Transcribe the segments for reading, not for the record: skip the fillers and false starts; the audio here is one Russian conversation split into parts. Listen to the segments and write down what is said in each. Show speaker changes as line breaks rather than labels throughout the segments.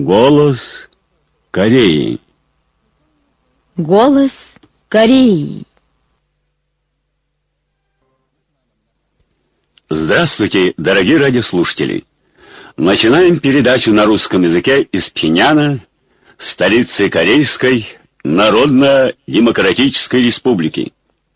Голос Кореи.
Голос Кореи.
Здравствуйте, дорогие радиослушатели! Начинаем передачу на русском языке из Пхеньяна, столицы Корейской Народно-Демократической Республики.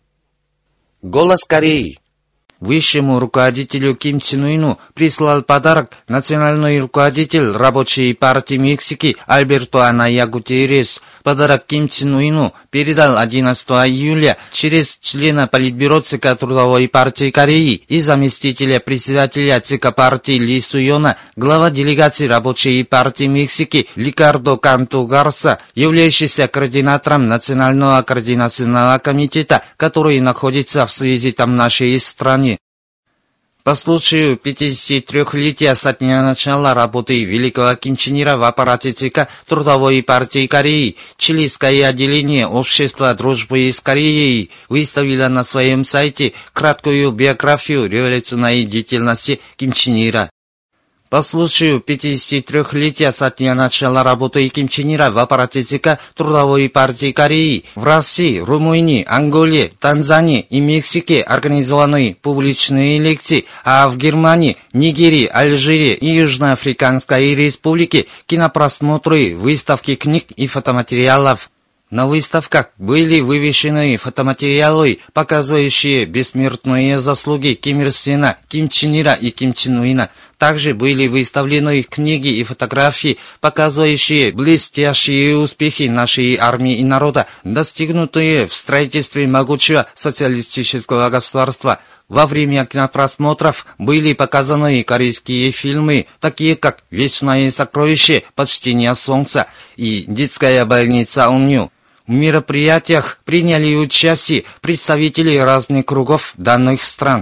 Голос Кореи. Высшему руководителю Ким Чен Ыну прислал подарок национальный руководитель Рабочей партии Мексики Альберто Анайя Гутеррес. Подарок Ким Чен Ыну передал 11 июля через члена Политбюро ЦК Трудовой партии Кореи и заместителя председателя ЦК партии Ли Суйона, глава делегации Рабочей партии Мексики Рикардо Канту Гарса, являющийся координатором Национального координационного комитета, который находится в связи там нашей стране. По случаю 53-летия со дня начала работы великого Ким Чен Ира в аппарате ЦК Трудовой партии Кореи, чилийское отделение Общества дружбы с Кореей выставило на своем сайте краткую биографию революционной деятельности Ким Чен Ира. По случаю 53-летия со дня начала работы Ким Чен Ира в аппарате ЦК Трудовой партии Кореи в России, Румынии, Анголе, Танзании и Мексике организованы публичные лекции, а в Германии, Нигерии, Алжире и Южноафриканской республике кинопросмотры, выставки книг и фотоматериалов. На выставках были вывешены фотоматериалы, показывающие бессмертные заслуги Ким Ир Сена, Ким Чен Ира и Ким Чен Ына. Также были выставлены книги и фотографии, показывающие блестящие успехи нашей армии и народа, достигнутые в строительстве могучего социалистического государства. Во время кинопросмотров были показаны корейские фильмы, такие как «Вечное сокровище», «Почтение солнца» и «Детская больница Унью». В мероприятиях приняли участие представители разных кругов данных стран.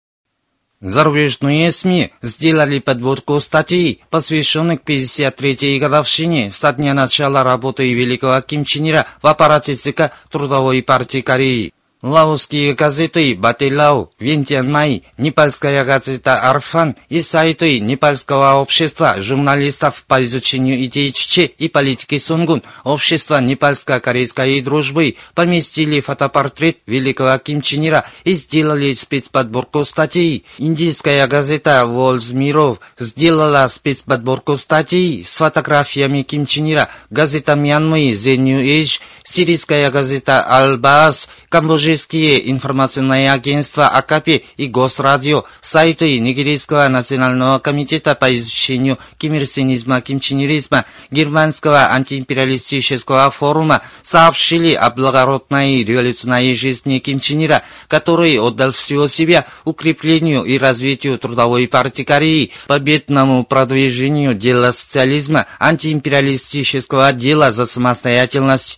Зарубежные СМИ сделали подборку статей, посвященных 53-й годовщине со дня начала работы великого Ким Чен Ира в аппарате ЦК Трудовой партии Кореи. Лаосские газеты «Батилау», «Вентянмай», непальская газета «Арфан» и сайты Непальского общества журналистов по изучению идей Чучхе и политики Сунгун, общество непальско-корейской дружбы, поместили фотопортрет великого Ким Чен Ира и сделали спецподборку статей. Индийская газета «Волс Миров» сделала спецподборку статей с фотографиями Ким Чен Ира, газета «Мьянмы» «The New Age», сирийская газета «Аль-Баас», камбоджийские информационные агентства АКП и Госрадио, сайты Нигерийского национального комитета по изучению кимирсинизма, кимченеризма, германского антиимпериалистического форума сообщили о благородной революционной жизни Ким Чен Ира, который отдал всего себя укреплению и развитию Трудовой партии Кореи, победному продвижению дела социализма, антиимпериалистического дела за самостоятельность.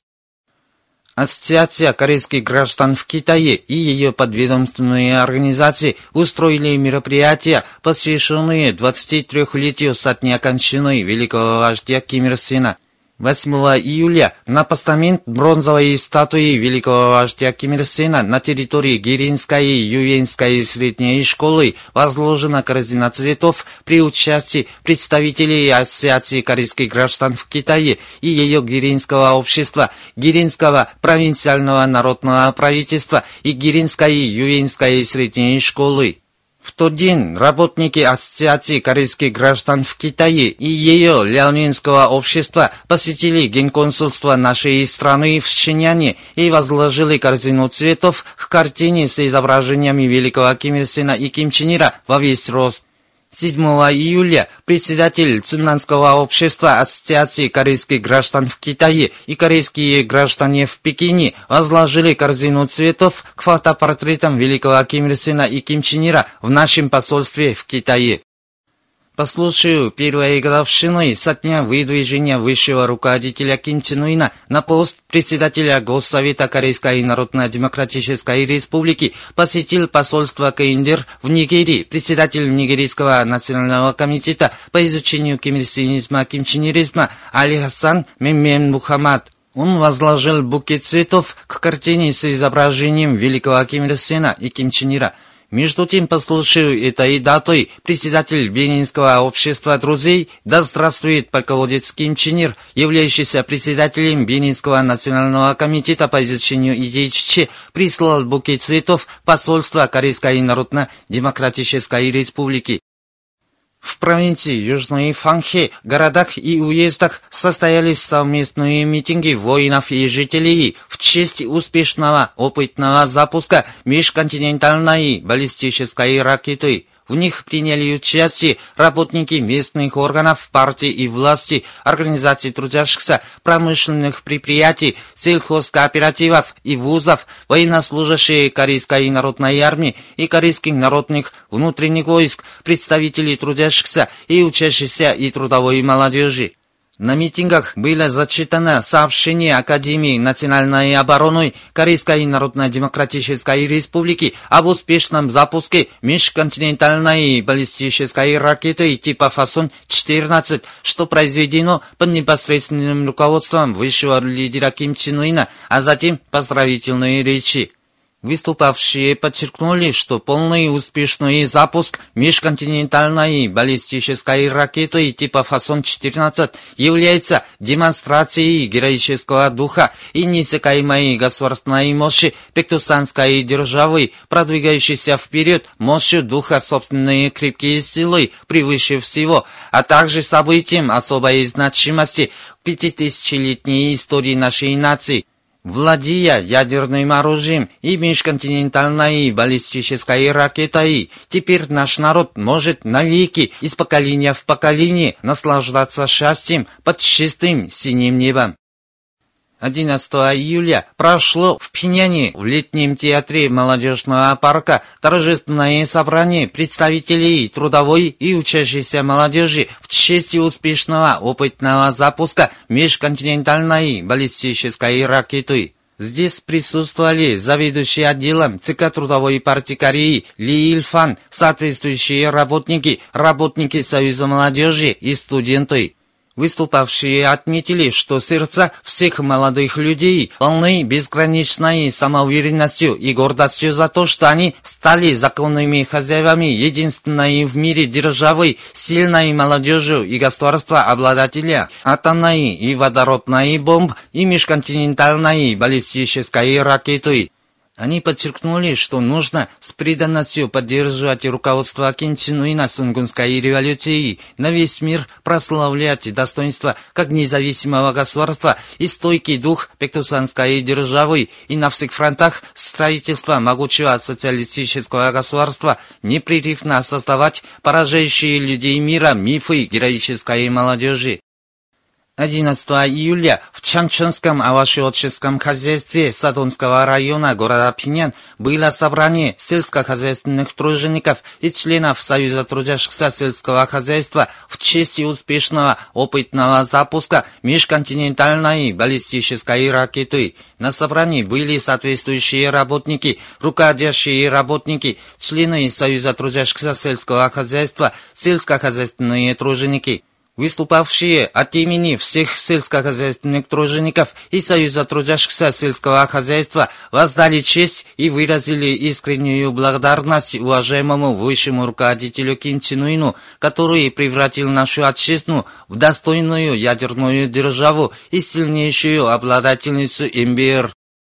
Ассоциация корейских граждан в Китае и ее подведомственные организации устроили мероприятия, посвященные 23-летию со дня кончины великого вождя Ким Ир Сена. 8 июля на постамент бронзовой статуи великого вождя Ким Ир Сена на территории Гиринской и Юенской средней школы возложена корзина цветов при участии представителей Ассоциации корейских граждан в Китае и ее Гиринского общества, Гиринского провинциального народного правительства и Гиринской и Юенской средней школы. В тот день работники Ассоциации корейских граждан в Китае и ее Ляонинского общества посетили генконсульство нашей страны в Пхеньяне и возложили корзину цветов к картине с изображениями великого Ким Ир Сена и Ким Чен Ира во весь рост. 7 июля председатель Цюннанского общества Ассоциации корейских граждан в Китае и корейские граждане в Пекине возложили корзину цветов к фотопортретам великого Ким Ир Сена и Ким Чен Ира в нашем посольстве в Китае. По случаю первой годовщины со дня выдвижения высшего руководителя Ким Чен Ына на пост председателя Госсовета Корейской Народно-Демократической Республики посетил посольство КНДР в Нигерии председатель Нигерийского национального комитета по изучению кимирсинизма, кимченеризма Али Хасан Меммен Мухаммад. Он возложил букет цветов к картине с изображением великого Ким Ир Сена и Ким Чен Ира. Между тем, послушал этой датой председатель Бенинского общества друзей, да здравствует полководец Ким Чен Ир, являющийся председателем Бенинского национального комитета по изучению идей Чучхе, прислал букет цветов посольства Корейской Народно-Демократической Республики. В провинции Южной Фанхэ, городах и уездах состоялись совместные митинги воинов и жителей в честь успешного опытного запуска межконтинентальной баллистической ракеты. В них приняли участие работники местных органов партии и власти, организаций трудящихся, промышленных предприятий, сельхозкооперативов и вузов, военнослужащие Корейской народной армии и корейских народных внутренних войск, представители трудящихся и учащихся и трудовой молодежи. На митингах было зачитано сообщение Академии национальной обороны Корейской Народно-Демократической Республики об успешном запуске межконтинентальной баллистической ракеты типа «Фасон-14», что произведено под непосредственным руководством высшего лидера Ким Чен Ына, а затем поздравительные речи. Выступавшие подчеркнули, что полный успешный запуск межконтинентальной баллистической ракеты типа «Фасон-14» является демонстрацией героического духа и неиссякаемой государственной мощи Пектусанской державы, продвигающейся вперед мощью духа собственной крепкие силы превыше всего, а также событием особой значимости в 5000-летней истории нашей нации. Владея ядерным оружием и межконтинентальной баллистической ракетой, теперь наш народ может навеки, из поколения в поколение, наслаждаться счастьем под чистым синим небом. 11 июля прошло в Пхеньяне в летнем театре молодежного парка торжественное собрание представителей трудовой и учащейся молодежи в честь успешного опытного запуска межконтинентальной баллистической ракеты. Здесь присутствовали заведующий отделом ЦК Трудовой партии Кореи Ли Ильфан, соответствующие работники Союза молодежи и студенты. Выступавшие отметили, что сердца всех молодых людей полны безграничной самоуверенностью и гордостью за то, что они стали законными хозяевами единственной в мире державы, сильной молодежью и государства-обладателя атомной и водородной бомб и межконтинентальной баллистической ракеты. Они подчеркнули, что нужно с преданностью поддерживать руководство Ким Чен Ына Сунгунской революции, на весь мир прославлять достоинство как независимого государства и стойкий дух Пектусанской державы и на всех фронтах строительства могучего социалистического государства непрерывно создавать поражающие людей мира мифы героической молодежи. 11 июля в Чангчонском овощеводческом хозяйстве Садонского района города Пхеньян было собрание сельскохозяйственных тружеников и членов Союза трудящихся сельского хозяйства в честь успешного опытного запуска межконтинентальной баллистической ракеты. На собрании были соответствующие работники, руководящие работники, члены Союза трудящихся сельского хозяйства, сельскохозяйственные труженики. Выступавшие от имени всех сельскохозяйственных тружеников и Союза трудящихся сельского хозяйства воздали честь и выразили искреннюю благодарность уважаемому высшему руководителю Ким Чен Ыну, который превратил нашу отчизну в достойную ядерную державу и сильнейшую обладательницу МБР.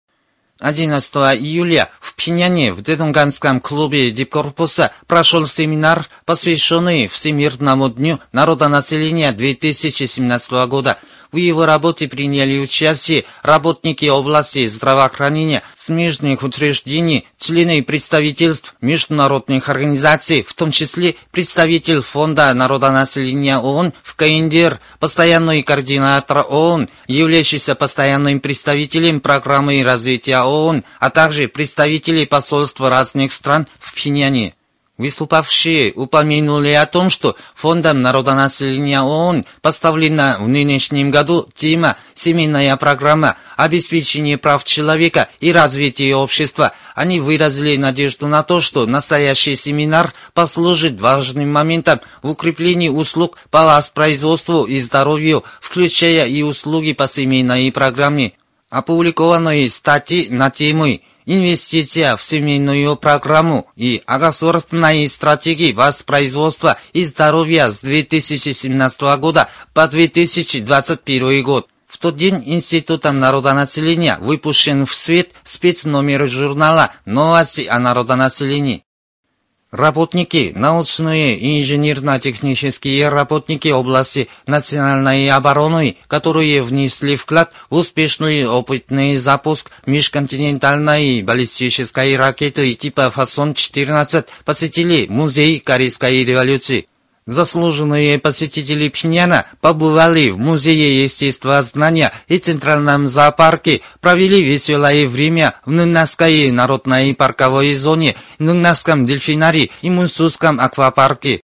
11 июля в Пхеньяне в Дэдунганском клубе дипкорпуса прошел семинар, посвященный Всемирному дню народонаселения 2017 года. В его работе приняли участие работники области здравоохранения, смежных учреждений, члены представительств международных организаций, в том числе представитель Фонда народонаселения ООН в КНДР, постоянный координатор ООН, являющийся постоянным представителем программы развития ООН, а также представители посольств разных стран в Пхеньяне. Выступавшие упомянули о том, что Фондом народонаселения ООН поставлена в нынешнем году тема «Семейная программа. Обеспечение прав человека и развитие общества». Они выразили надежду на то, что настоящий семинар послужит важным моментом в укреплении услуг по воспроизводству и здоровью, включая и услуги по семейной программе. Опубликованные статьи на тему инвестиция в семейную программу и о государственной стратегии воспроизводства и здоровья с 2017 года по 2021 год. В тот день Институтом народонаселения выпущен в свет спецномер журнала «Новости о народонаселении». Работники, научные и инженерно-технические работники области национальной обороны, которые внесли вклад в успешный опытный запуск межконтинентальной баллистической ракеты типа «Фасон-14», посетили музей Корейской революции. Заслуженные посетители Пхеньяна побывали в Музее естествознания и Центральном зоопарке, провели веселое время в Ныннасской народной парковой зоне, Ныннасском дельфинарии и Мунсусском аквапарке.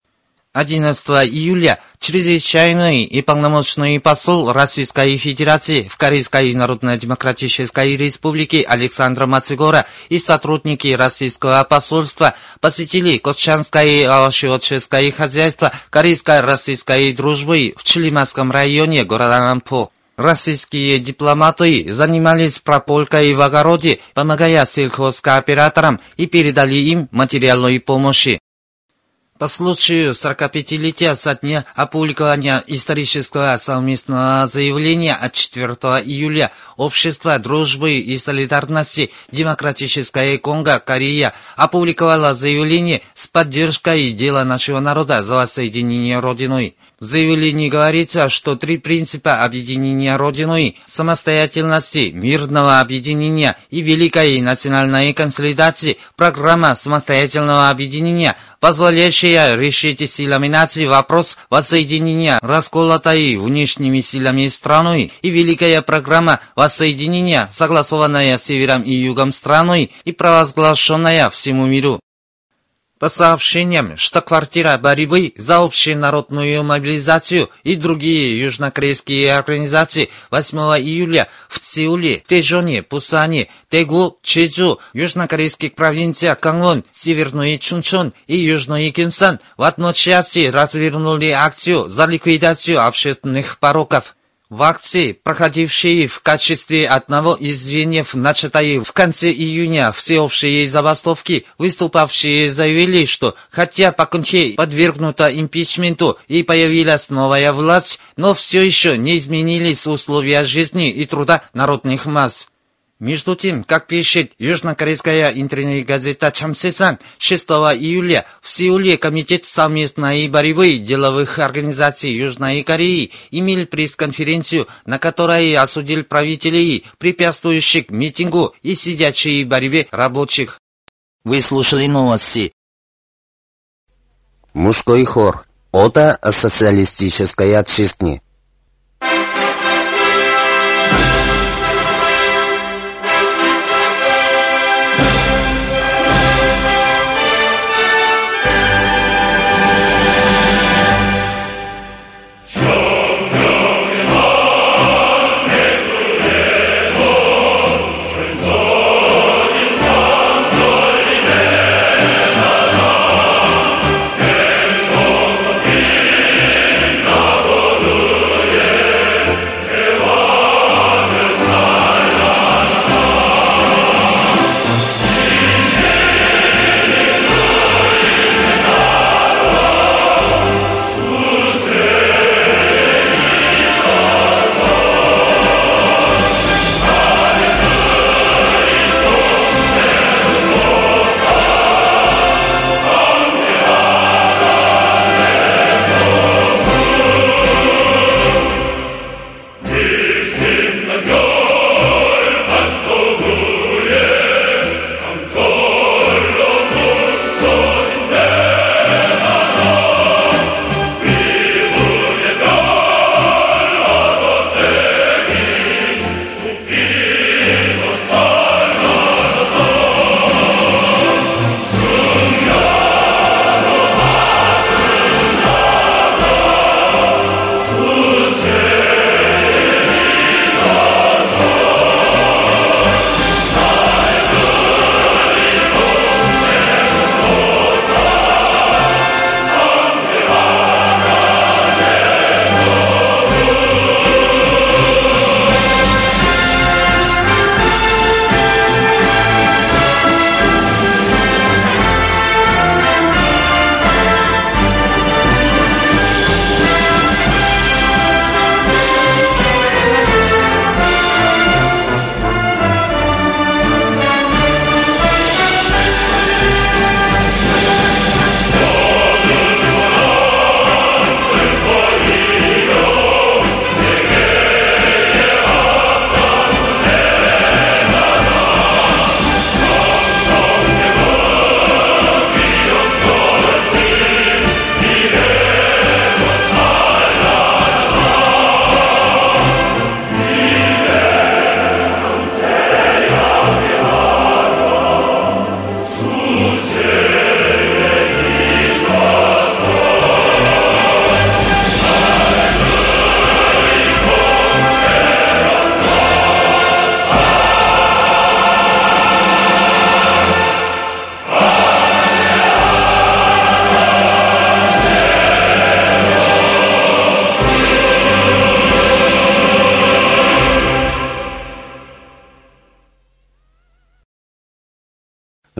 11 июля чрезвычайный и полномочный посол Российской Федерации в Корейской Народно-Демократической Республике Александр Мацигора и сотрудники российского посольства посетили Котчанское овощеводческое хозяйство корейско-российской дружбы в Чилимасском районе города Нампо. Российские дипломаты занимались прополкой в огороде, помогая сельхозкооператорам, и передали им материальную помощь. По случаю 45-летия со дня опубликования исторического совместного заявления от 4 июля Общество дружбы и солидарности Демократическая Конго Корея опубликовало заявление с поддержкой дела нашего народа за воссоединение Родиной. В заявлении говорится, что три принципа объединения Родиной, самостоятельности, мирного объединения и великой национальной консолидации, программа самостоятельного объединения, позволяющая решить силами нации вопрос воссоединения расколотой внешними силами страны, и великая программа воссоединения, согласованная севером и югом страны и провозглашенная всему миру. По сообщениям, штаб-квартира борьбы за общенародную мобилизацию и другие южнокорейские организации 8 июля в Сеуле, Тэжоне, Пусане, Тэгу, Чеджу, южнокорейских провинциях Гангвон, Северный Чунчон и Южный Кёнсан в одночасье развернули акцию за ликвидацию общественных пороков. В акции, проходившей в качестве одного из звеньев начатой в конце июня всеобщей забастовки, выступавшие заявили, что хотя Пак Кын Хе подвергнута импичменту и появилась новая власть, но все еще не изменились условия жизни и труда народных масс. Между тем, как пишет южнокорейская интернет-газета Чамсесан, 6 июля в Сеуле Комитет совместной борьбы деловых организаций Южной Кореи имел пресс-конференцию, на которой осудил правителей, препятствующих митингу и сидячей борьбе рабочих.
Вы слушали новости. Мужской хор. Ода о социалистической отчизне.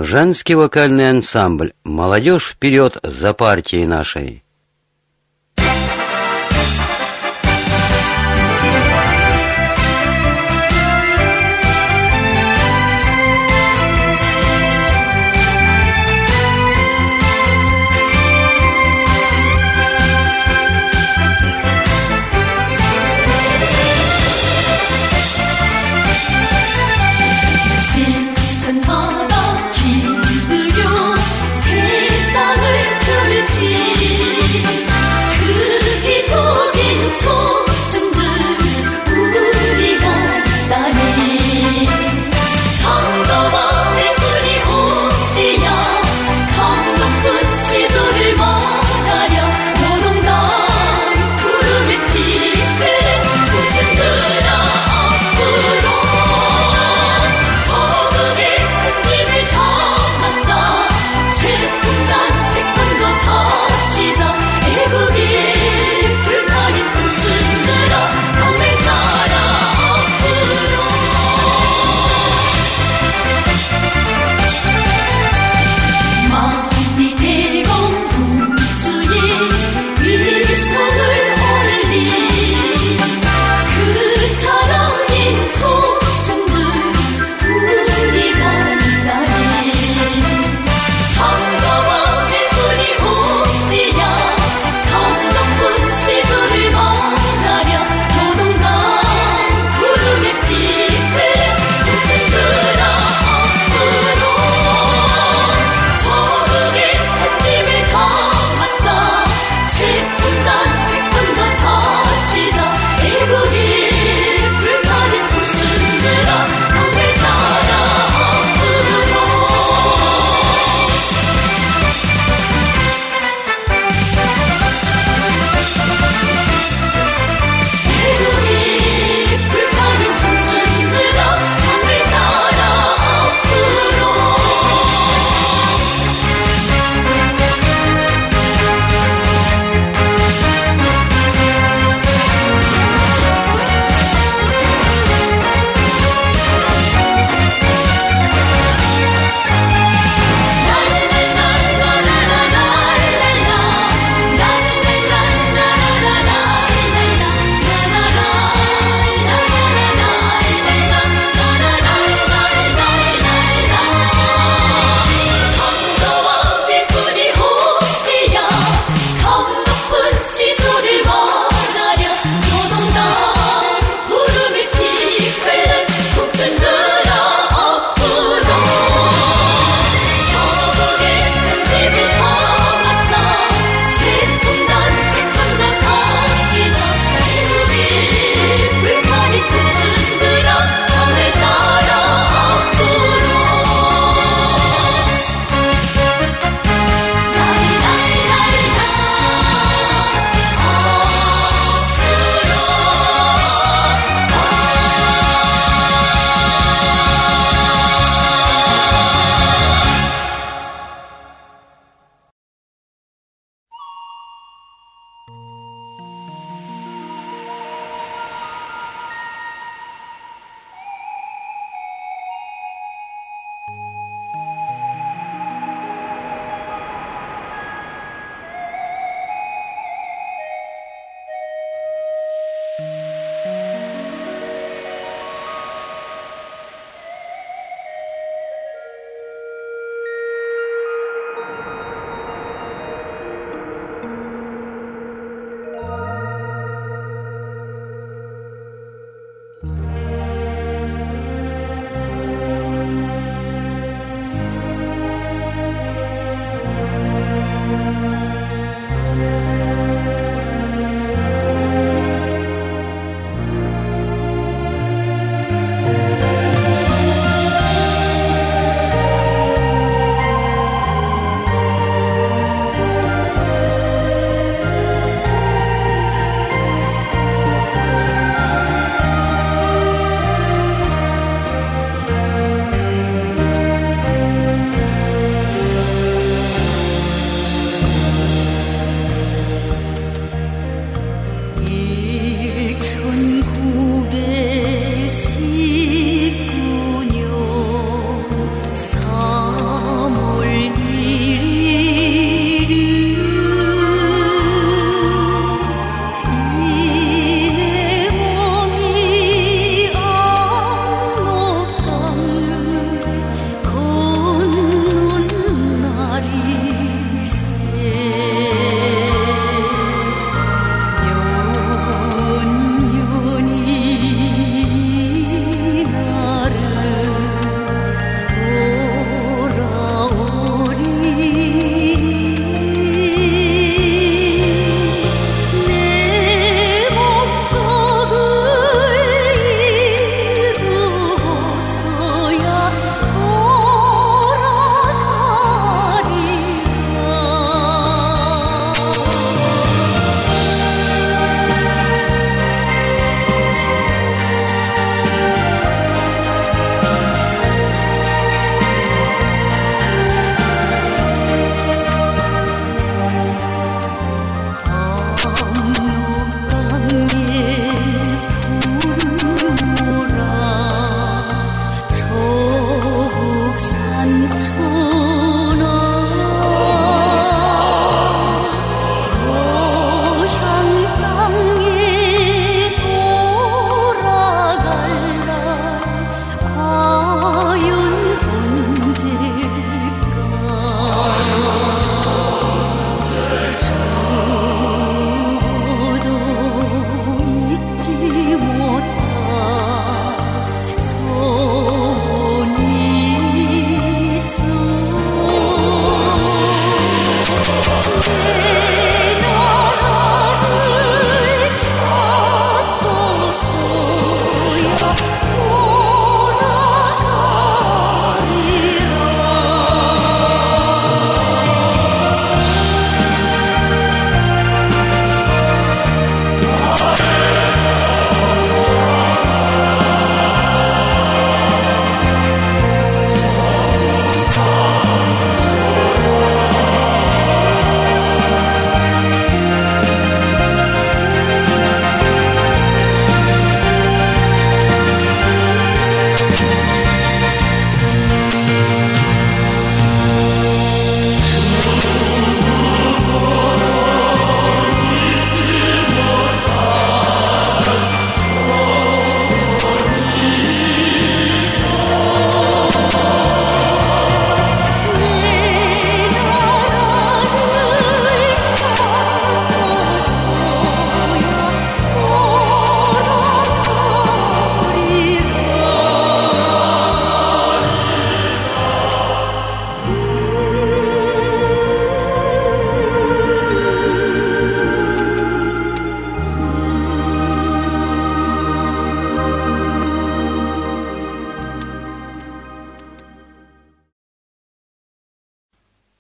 Женский вокальный ансамбль «Молодежь вперед за партией нашей».
새 땅을 펼치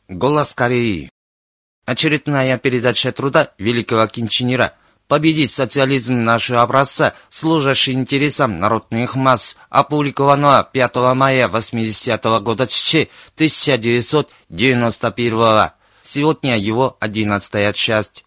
Голос Кореи. Очередная передача труда великого Ким Чен Ира «Победить социализм нашего образца, служащий интересам народных масс», опубликованного 5 мая 80-го года 1991. Сегодня его 11-я часть.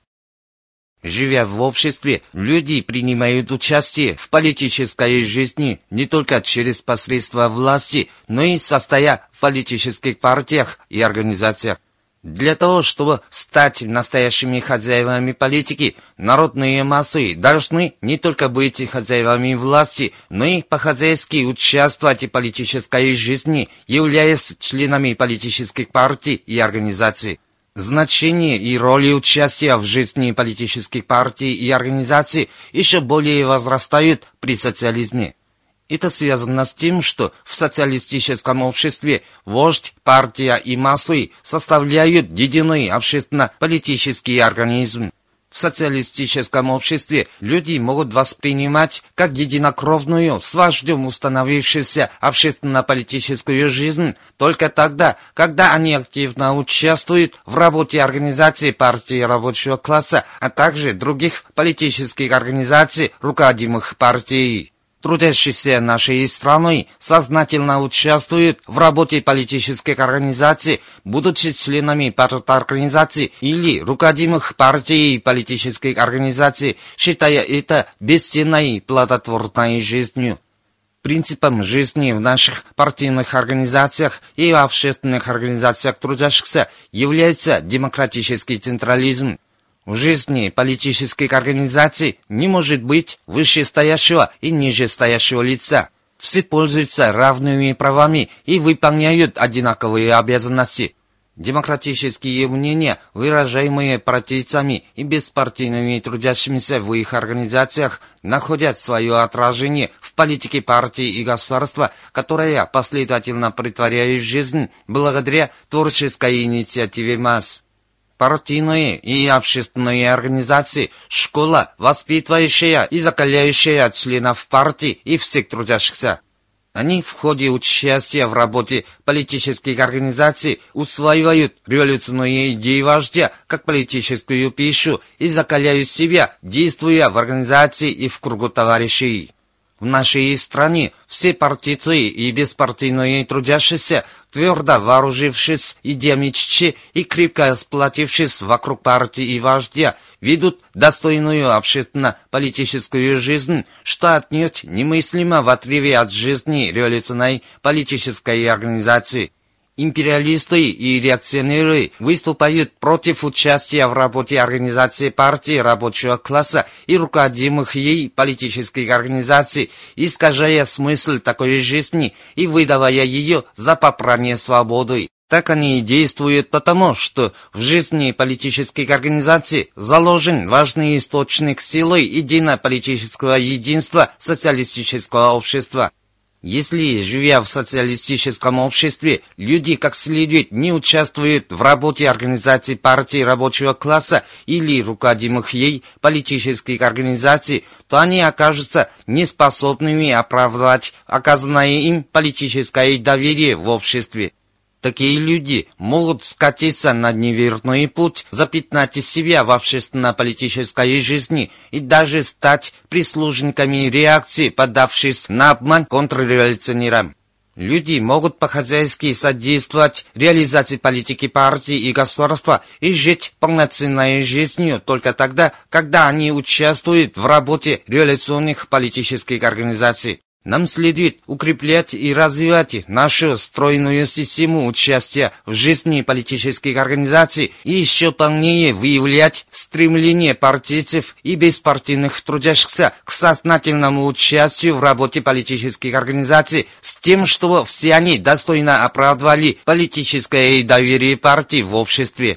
Живя в обществе, люди принимают участие в политической жизни не только через посредство власти, но и состоя в политических партиях и организациях. Для того, чтобы стать настоящими хозяевами политики, народные массы должны не только быть хозяевами власти, но и по-хозяйски участвовать в политической жизни, являясь членами политических партий и организаций. Значение и роль участия в жизни политических партий и организаций еще более возрастают при социализме. Это связано с тем, что в социалистическом обществе вождь, партия и массы составляют единый общественно-политический организм. В социалистическом обществе люди могут воспринимать как единокровную с вождем установившуюся общественно-политическую жизнь только тогда, когда они активно участвуют в работе организации партии рабочего класса, а также других политических организаций, руководимых партией. Трудящиеся нашей страны сознательно участвуют в работе политических организаций, будучи членами парторганизаций или руководимых партий и политических организаций, считая это бесценной плодотворной жизнью. Принципом жизни в наших партийных организациях и в общественных организациях трудящихся является демократический централизм. В жизни политических организаций не может быть вышестоящего и нижестоящего лица. Все пользуются равными правами и выполняют одинаковые обязанности. Демократические мнения, выражаемые партийцами и беспартийными трудящимися в их организациях, находят свое отражение в политике партии и государства, которая последовательно претворяет в жизнь благодаря творческой инициативе масс. Партийные и общественные организации, школа, воспитывающая и закаляющая членов партии и всех трудящихся. Они в ходе участия в работе политических организаций усваивают революционные идеи вождя как политическую пищу и закаляют себя, действуя в организации и в кругу товарищей. В нашей стране все партийцы и беспартийные трудящиеся, твердо вооружившись идеями Чичи и крепко сплотившись вокруг партии и вождя, ведут достойную общественно-политическую жизнь, что отнюдь немыслимо в отрыве от жизни революционной политической организации. Империалисты и реакционеры выступают против участия в работе организации партии рабочего класса и руководимых ей политических организаций, искажая смысл такой жизни и выдавая ее за попрание свободы. Так они и действуют потому, что в жизни политических организаций заложен важный источник силы едино-политического единства социалистического общества. Если, живя в социалистическом обществе, люди как следует не участвуют в работе организации партии рабочего класса или руководимых ей политических организаций, то они окажутся неспособными оправдывать оказанное им политическое доверие в обществе. Такие люди могут скатиться на неверный путь, запятнать себя в общественно-политической жизни и даже стать прислужниками реакции, поддавшись на обман контрреволюционерам. Люди могут по-хозяйски содействовать реализации политики партии и государства и жить полноценной жизнью только тогда, когда они участвуют в работе революционных политических организаций. Нам следует укреплять и развивать нашу стройную систему участия в жизни политических организаций и еще полнее выявлять стремление партийцев и беспартийных трудящихся к сознательному участию в работе политических организаций с тем, чтобы все они достойно оправдывали политическое доверие партии в обществе.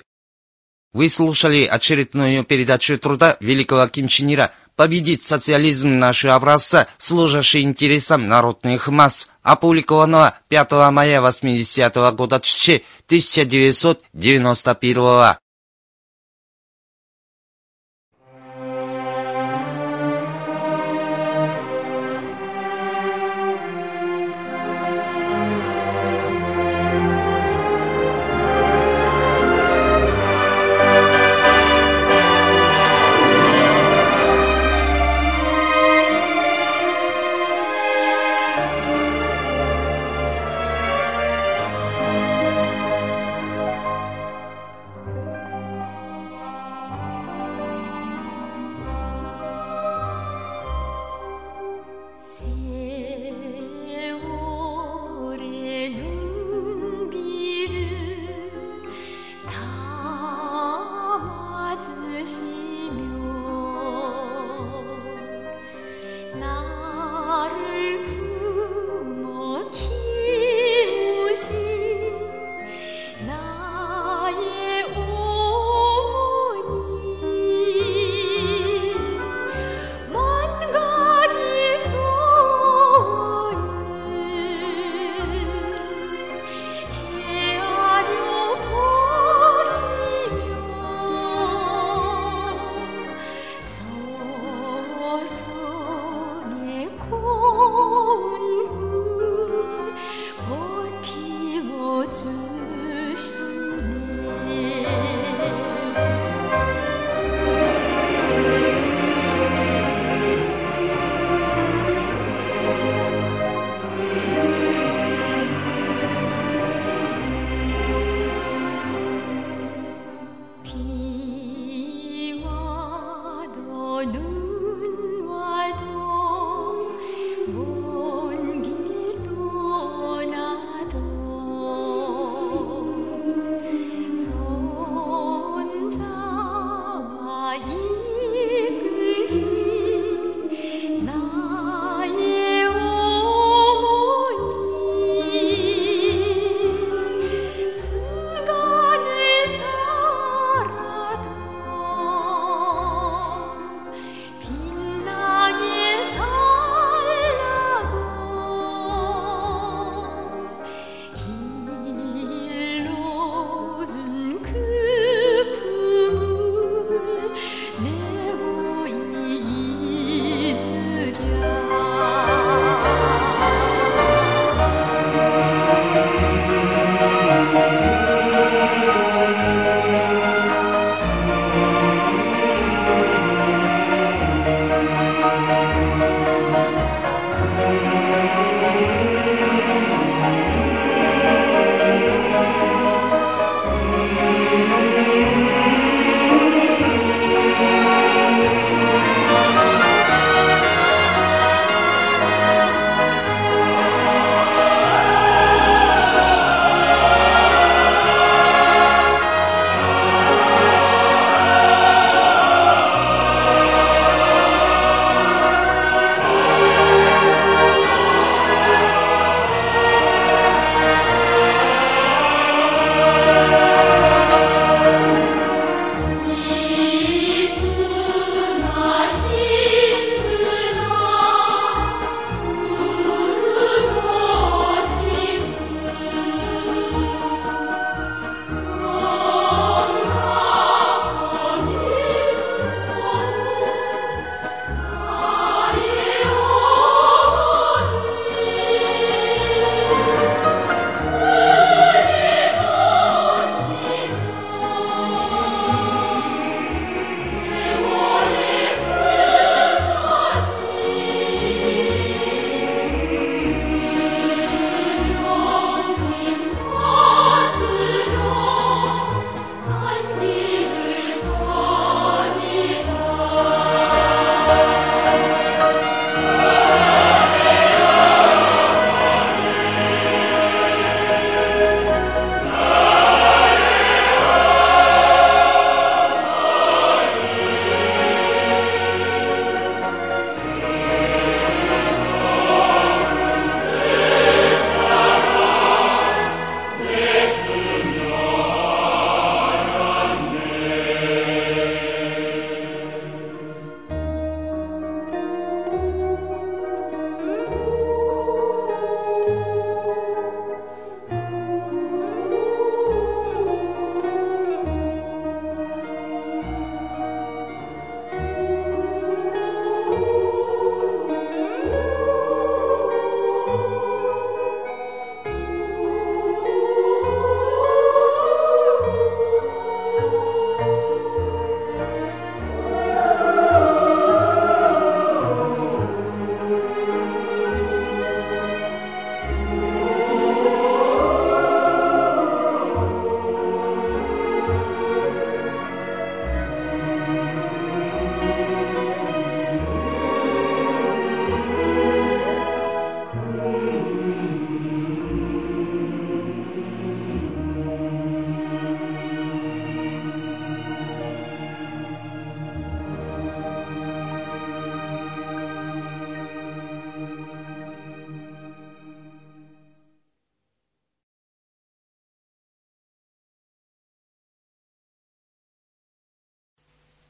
Вы слушали очередную передачу труда великого Ким Чен Ира «Победить социализм нашего образца, служащий интересам народных масс», опубликованного 5 мая 80-го года 1991.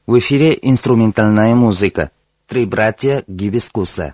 В эфире инструментальная музыка. Три братья Гибискуса.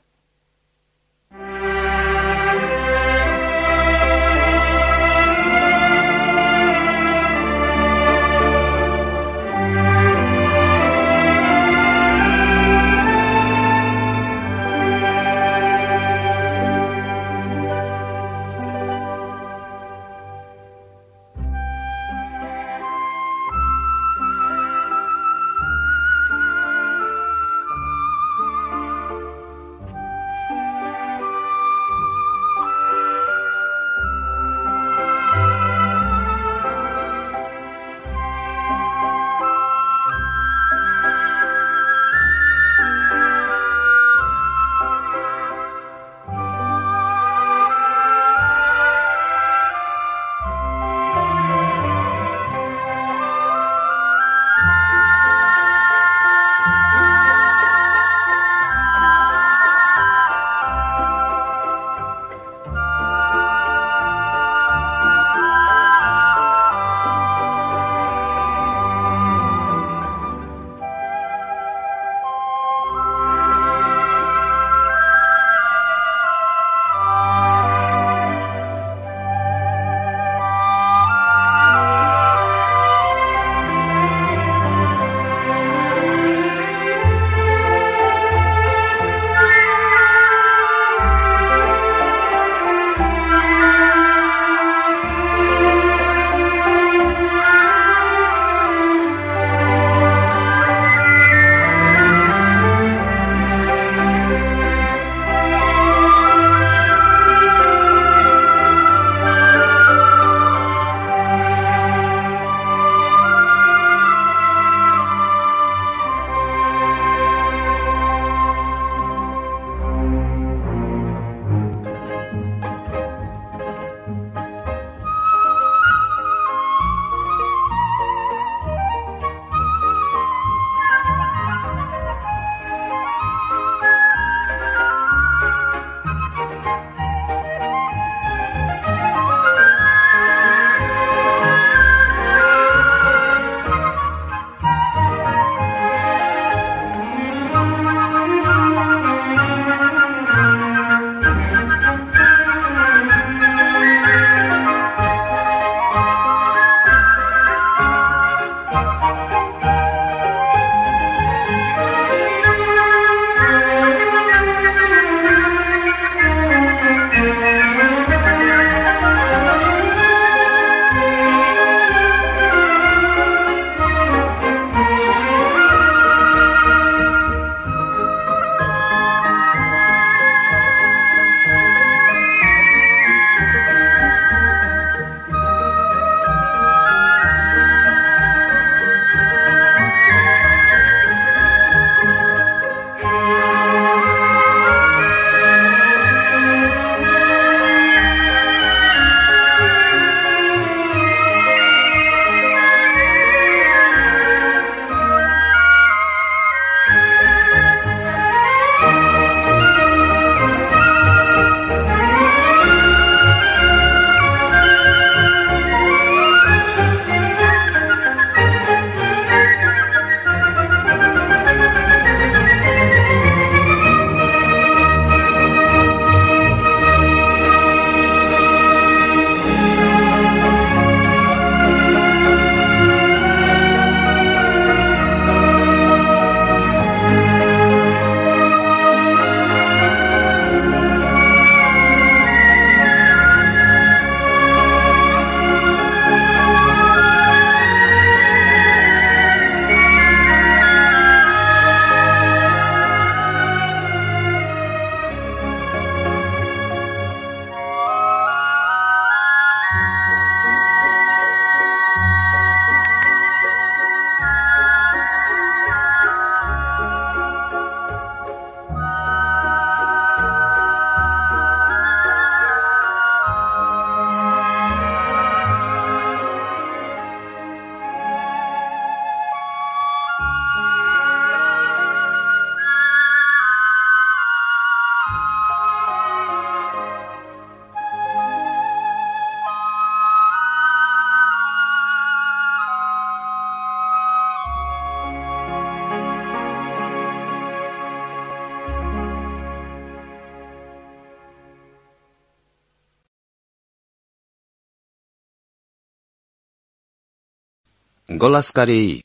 Голос Кореи.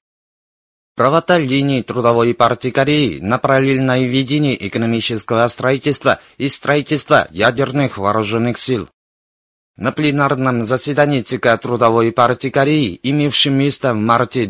Правота линии Трудовой партии Кореи на параллельное ведение экономического строительства и строительства ядерных вооруженных сил. На пленарном заседании ЦК Трудовой партии Кореи, имевшем место в марте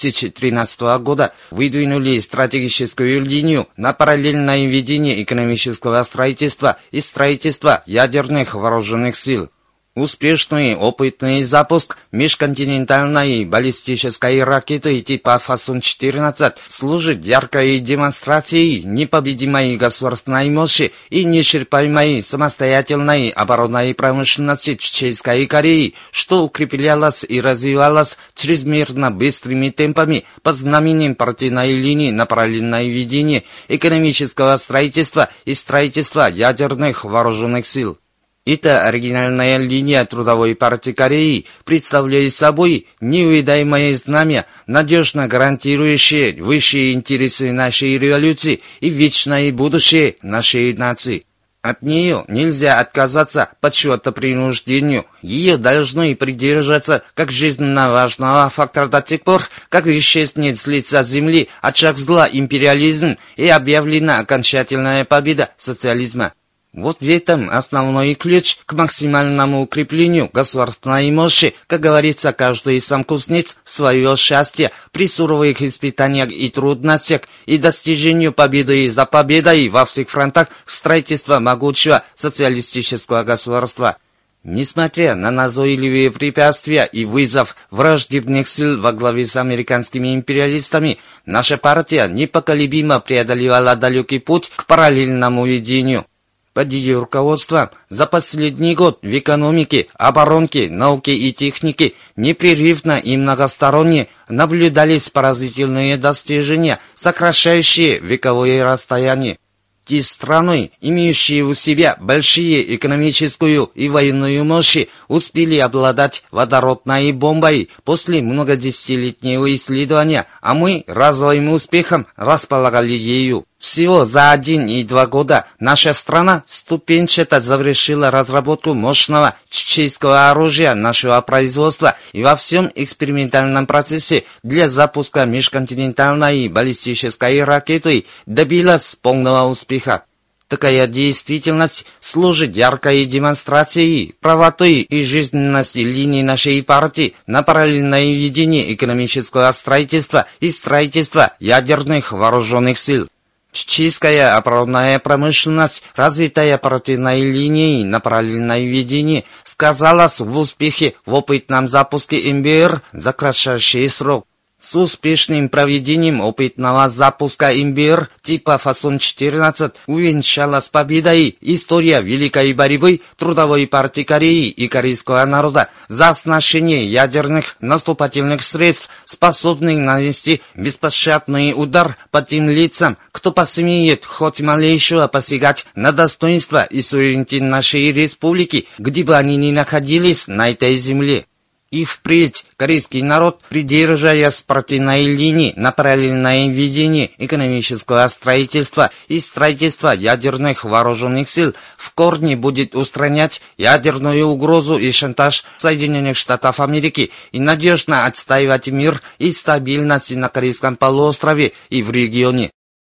2013 года, выдвинули стратегическую линию на параллельное ведение экономического строительства и строительства ядерных вооруженных сил. Успешный опытный запуск межконтинентальной баллистической ракеты типа Фасон-14 служит яркой демонстрацией непобедимой государственной мощи и неисчерпаемой самостоятельной оборонной промышленности Чеченской Кореи, что укреплялось и развивалось чрезмерно быстрыми темпами под знаменем партийной линии на параллельное ведение экономического строительства и строительства ядерных вооруженных сил. Эта оригинальная линия Трудовой партии Кореи представляет собой неувидаемое знамя, надежно гарантирующее высшие интересы нашей революции и вечное будущее нашей нации. От нее нельзя отказаться по чьему-то принуждению. Ее должны придерживаться как жизненно важного фактора до тех пор, как исчезнет с лица земли очаг зла империализм и объявлена окончательная победа социализма. Вот в этом основной ключ к максимальному укреплению государственной мощи, как говорится, каждый сам кузнец своего счастья при суровых испытаниях и трудностях и достижению победы за победой во всех фронтах строительства могучего социалистического государства. Несмотря на назойливые препятствия и вызов враждебных сил во главе с американскими империалистами, наша партия непоколебимо преодолевала далекий путь к параллельному ведению. Под ее руководством за последний год в экономике, оборонке, науке и технике непрерывно и многосторонне наблюдались поразительные достижения, сокращающие вековое расстояние. Те страны, имеющие у себя большие экономическую и военную мощи, успели обладать водородной бомбой после многодесятилетнего исследования, а мы разовым успехом располагали ею. Всего за 1 и 2 года наша страна ступенчато завершила разработку мощного чеченского оружия нашего производства и во всем экспериментальном процессе для запуска межконтинентальной баллистической ракеты добилась полного успеха. Такая действительность служит яркой демонстрацией правоты и жизненности линии нашей партии на параллельное ведение экономического строительства и строительства ядерных вооруженных сил. Чеченская оборонная промышленность, развитая партийной линией на параллельное ведение, сказалась в успехе в опытном запуске МБР за кратчайший срок. С успешным проведением опытного запуска МБР типа Фасон-14 увенчалась победой история великой борьбы Трудовой партии Кореи и корейского народа за оснащение ядерных наступательных средств, способных нанести беспощадный удар по тем лицам, кто посмеет хоть малейшего посягать на достоинство и суверенитет нашей республики, где бы они ни находились на этой земле. И впредь корейский народ, придерживаясь партийной линии на параллельное ведение экономического строительства и строительства ядерных вооруженных сил, в корне будет устранять ядерную угрозу и шантаж Соединенных Штатов Америки и надежно отстаивать мир и стабильность на Корейском полуострове и в регионе.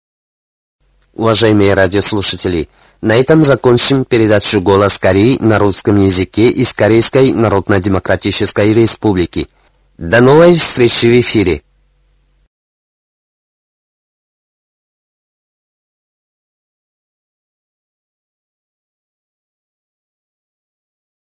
Уважаемые радиослушатели, на этом закончим передачу «Голос Кореи» на русском языке из Корейской Народно-Демократической Республики. До новой встречи в эфире!